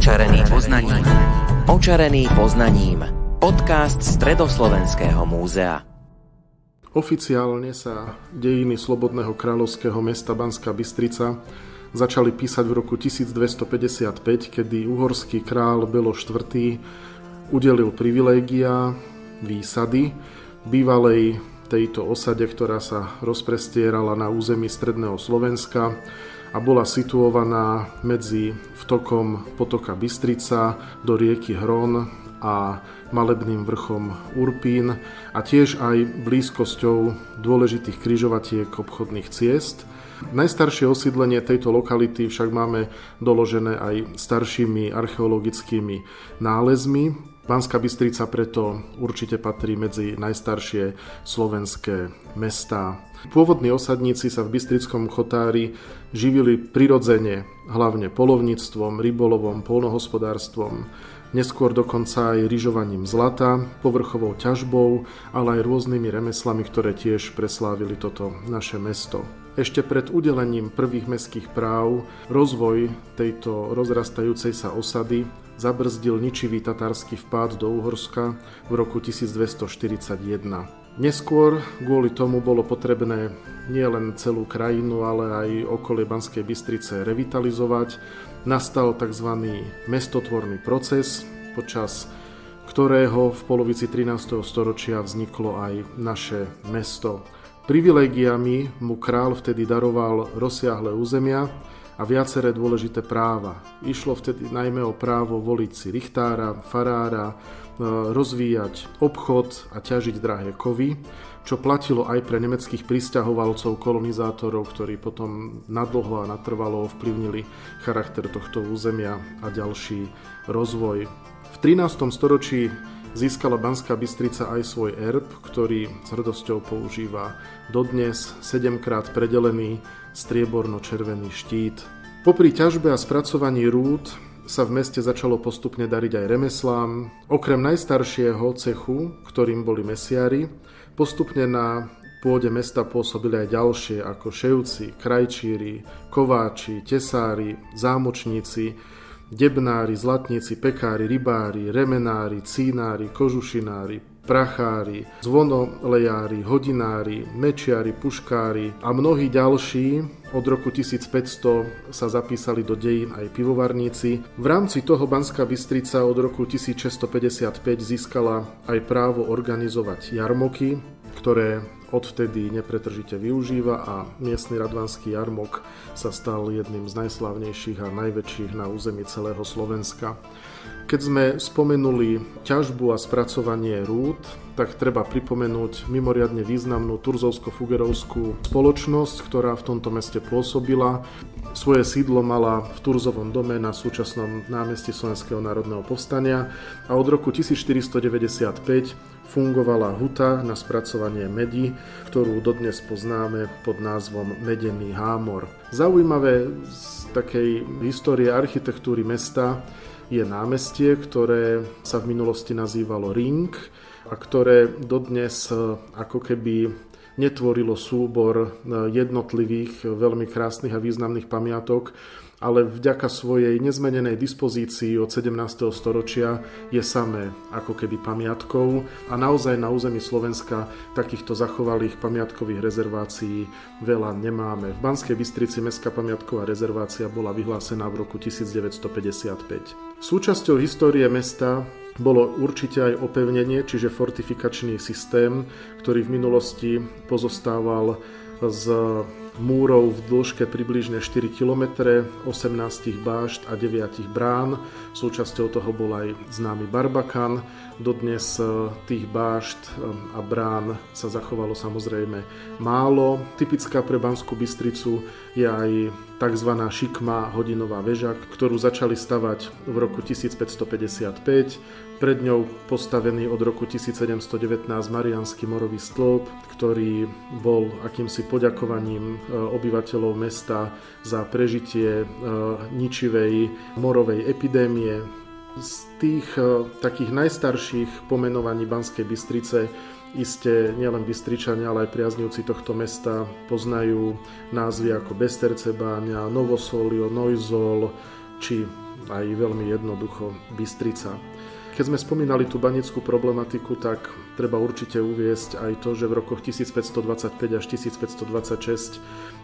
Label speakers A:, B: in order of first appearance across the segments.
A: Očarený poznaním. Očarený poznaním. Podcast Stredoslovenského múzea.
B: Oficiálne sa dejiny slobodného kráľovského mesta Banská Bystrica začali písať v roku 1255, kedy uhorský kráľ Belo IV. Udelil privilégia, výsady bývalej tejto osade, ktorá sa rozprestierala na území stredného Slovenska a bola situovaná medzi vtokom potoka Bystrica do rieky Hron a malebným vrchom Urpín a tiež aj blízkosťou dôležitých križovatiek obchodných ciest. Najstaršie osídlenie tejto lokality však máme doložené aj staršími archeologickými nálezmi. Banská Bystrica preto určite patrí medzi najstaršie slovenské mestá. Pôvodní osadníci sa v bystrickom Chotári živili prirodzene, hlavne poľovníctvom, rybolovom, poľnohospodárstvom, neskôr dokonca aj ryžovaním zlata, povrchovou ťažbou, ale aj rôznymi remeslami, ktoré tiež preslávili toto naše mesto. Ešte pred udelením prvých mestských práv rozvoj tejto rozrastajúcej sa osady zabrzdil ničivý tatársky vpád do Uhorska v roku 1241. Neskôr kvôli tomu bolo potrebné nielen celú krajinu, ale aj okolie Banskej Bystrice revitalizovať. Nastal tzv. Mestotvorný proces, počas ktorého v polovici 13. storočia vzniklo aj naše mesto. Privilégiami mu kráľ vtedy daroval rozsiahle územia a viaceré dôležité práva. Išlo vtedy najmä o právo voliť si richtára, farára, rozvíjať obchod a ťažiť drahé kovy, čo platilo aj pre nemeckých prisťahovalcov, kolonizátorov, ktorí potom nadlho a natrvalo ovplyvnili charakter tohto územia a ďalší rozvoj. V 13. storočí získala Banská Bystrica aj svoj erb, ktorý s hrdosťou používa dodnes, 7-krát predelený strieborno-červený štít. Popri ťažbe a spracovaní rúd sa v meste začalo postupne dariť aj remeslám. Okrem najstaršieho cechu, ktorým boli mesiari, postupne na pôde mesta pôsobili aj ďalšie ako ševci, krajčíri, kováči, tesári, zámočníci, debnári, zlatníci, pekári, rybári, remenári, cínári, kožušinári, prachári, zvonolejári, hodinári, mečiari, puškári a mnohí ďalší. Od roku 1500 sa zapísali do dejín aj pivovarníci. V rámci toho Banská Bystrica od roku 1655 získala aj právo organizovať jarmoky, ktoré odvtedy nepretržite využíva a miestny radvanský jarmok sa stal jedným z najslávnejších a najväčších na území celého Slovenska. Keď sme spomenuli ťažbu a spracovanie rúd, tak treba pripomenúť mimoriadne významnú turzovsko-fugerovskú spoločnosť, ktorá v tomto meste pôsobila. Svoje sídlo mala v Turzovom dome na súčasnom námestí Slovenského národného povstania a od roku 1495 fungovala huta na spracovanie medi, ktorú dodnes poznáme pod názvom Medený Hámor. Zaujímavé z takej histórie architektúry mesta je námestie, ktoré sa v minulosti nazývalo Ring a ktoré dodnes ako keby netvorilo súbor jednotlivých veľmi krásnych a významných pamiatok, ale vďaka svojej nezmenenej dispozícii od 17. storočia je samé ako keby pamiatkou a naozaj na území Slovenska takýchto zachovalých pamiatkových rezervácií veľa nemáme. V Banskej Bystrici mestská pamiatková rezervácia bola vyhlásená v roku 1955. Súčasťou histórie mesta bolo určite aj opevnenie, čiže fortifikačný systém, ktorý v minulosti pozostával z múrov v dĺžke približne 4 km, 18 bášt a 9 brán. Súčasťou toho bol aj známy Barbakan. Dodnes tých bášt a brán sa zachovalo samozrejme málo. Typická pre Banskú Bystricu je aj tzv. Šikma hodinová väža, ktorú začali stavať v roku 1555. Pred ňou postavený od roku 1719 Mariánsky morový stĺp, ktorý bol akýmsi poďakovaním obyvateľov mesta za prežitie ničivej morovej epidémie. Z tých takých najstarších pomenovaní Banskej Bystrice iste nielen Bystričania, ale aj priaznivci tohto mesta poznajú názvy ako Bestercebáňa, Novosolio, Neuzol či aj veľmi jednoducho Bystrica. Keď sme spomínali tú banickú problematiku, tak treba určite uviesť aj to, že v rokoch 1525 až 1526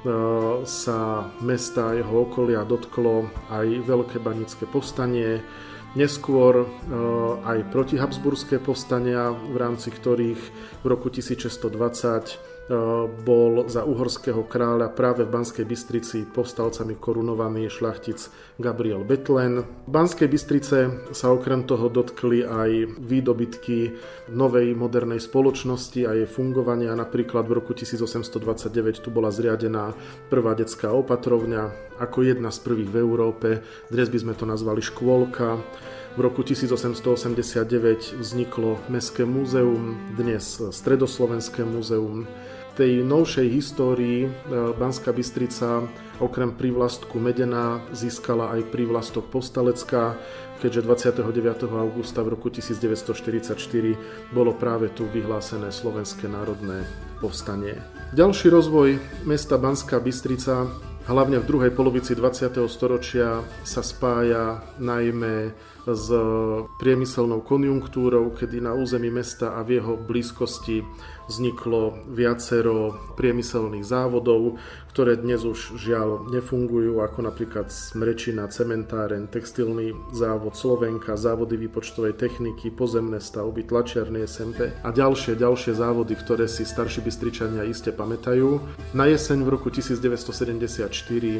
B: sa mesta a jeho okolia dotklo aj veľké banické povstanie, neskôr aj protihabsburské povstania, v rámci ktorých v roku 1620 bol za uhorského kráľa práve v Banskej Bystrici povstalcami korunovaný šľachtic Gabriel Bethlen. V Banskej Bystrice sa okrem toho dotkli aj výdobytky novej modernej spoločnosti a jej fungovania. Napríklad v roku 1829 tu bola zriadená prvá detská opatrovňa ako jedna z prvých v Európe. Dnes by sme to nazvali škôlka. V roku 1889 vzniklo Mestské múzeum, dnes Stredoslovenské múzeum. V tej novšej histórii Banská Bystrica okrem prívlastku Medená získala aj prívlastok Povstalecká, keďže 29. augusta v roku 1944 bolo práve tu vyhlásené Slovenské národné povstanie. Ďalší rozvoj mesta Banská Bystrica hlavne v druhej polovici 20. storočia sa spája najmä s priemyselnou konjunktúrou, kedy na území mesta a v jeho blízkosti vzniklo viacero priemyselných závodov, ktoré dnes už žiaľ nefungujú, ako napríklad Smrečina, cementáren, textilný závod Slovenka, závody výpočtovej techniky, pozemné stavby, tlačiarne SMP a ďalšie závody, ktoré si starší Bystričania iste pamätajú. Na jeseň v roku 1974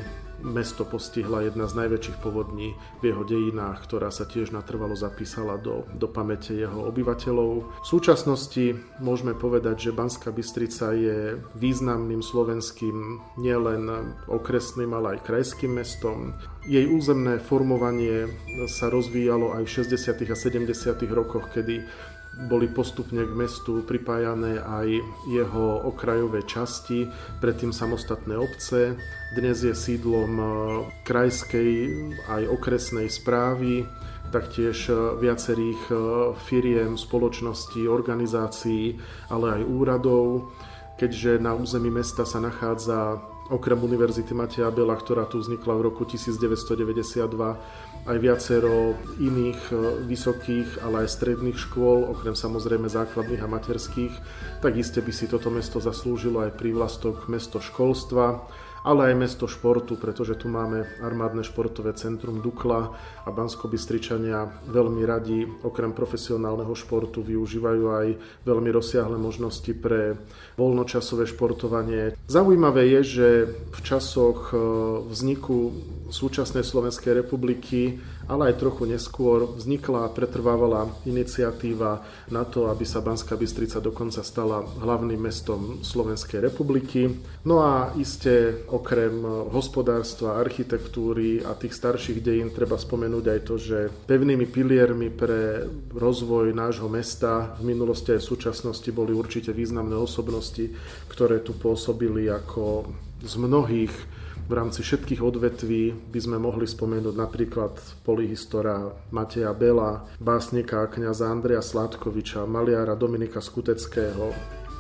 B: mesto postihla jedna z najväčších povodní v jeho dejinách, ktorá sa tiež natrvalo zapísala do pamäte jeho obyvateľov. V súčasnosti môžeme povedať, že Banská Bystrica je významným slovenským nielen okresným, ale aj krajským mestom. Jej územné formovanie sa rozvíjalo aj v 60. a 70. rokoch, kedy boli postupne k mestu pripájané aj jeho okrajové časti, predtým samostatné obce. Dnes je sídlom krajskej aj okresnej správy, taktiež viacerých firiem, spoločností, organizácií, ale aj úradov, keďže na území mesta sa nachádza okrem Univerzity Mateja Bela, ktorá tu vznikla v roku 1992, aj viacero iných vysokých, ale aj stredných škôl, okrem samozrejme základných a materských, tak iste by si toto mesto zaslúžilo aj prívlastok mesto školstva, ale aj mesto športu, pretože tu máme armádne športové centrum Dukla a Banskobystričania veľmi radi okrem profesionálneho športu využívajú aj veľmi rozsiahle možnosti pre voľnočasové športovanie. Zaujímavé je, že v časoch vzniku súčasnej Slovenskej republiky, ale aj trochu neskôr vznikla a pretrvávala iniciatíva na to, aby sa Banská Bystrica dokonca stala hlavným mestom Slovenskej republiky. No a iste okrem hospodárstva, architektúry a tých starších dejín treba spomenúť aj to, že pevnými piliermi pre rozvoj nášho mesta v minulosti aj v súčasnosti boli určite významné osobnosti, ktoré tu pôsobili ako z mnohých. V rámci všetkých odvetví by sme mohli spomenúť napríklad polyhistora Mateja Bela, básnika a kňaza Andreja Sládkoviča, maliara Dominika Skuteckého,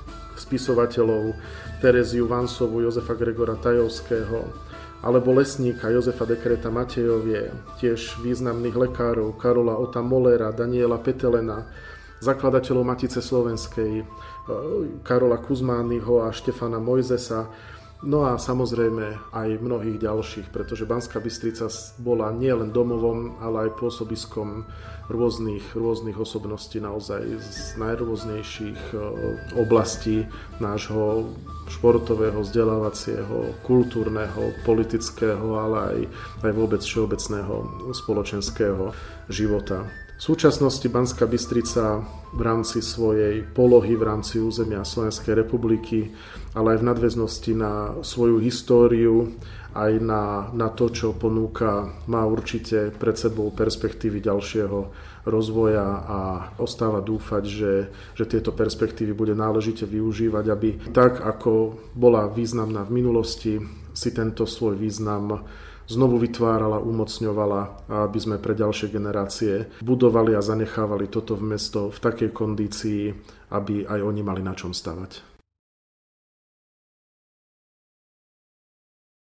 B: spisovateľov Tereziu Vansovu, Jozefa Gregora Tajovského, alebo lesníka Jozefa Dekreta Matejovie, tiež významných lekárov Karola Ota Mollera, Daniela Petelena, zakladateľov Matice slovenskej Karola Kuzmányho a Štefana Mojzesa, no a samozrejme aj mnohých ďalších, pretože Banská Bystrica bola nielen domovom, ale aj pôsobiskom rôznych osobností naozaj z najrôznejších oblastí nášho športového, vzdelávacieho, kultúrneho, politického, ale aj vôbec všeobecného spoločenského života. V súčasnosti Banská Bystrica v rámci svojej polohy, v rámci územia Slovenskej republiky, ale aj v nadväznosti na svoju históriu, aj na to, čo ponúka, má určite pred sebou perspektívy ďalšieho rozvoja a ostáva dúfať, že tieto perspektívy bude náležite využívať, aby tak, ako bola významná v minulosti, si tento svoj význam znovu vytvárala, umocňovala, a aby sme pre ďalšie generácie budovali a zanechávali toto mesto v takej kondícii, aby aj oni mali na čom stavať.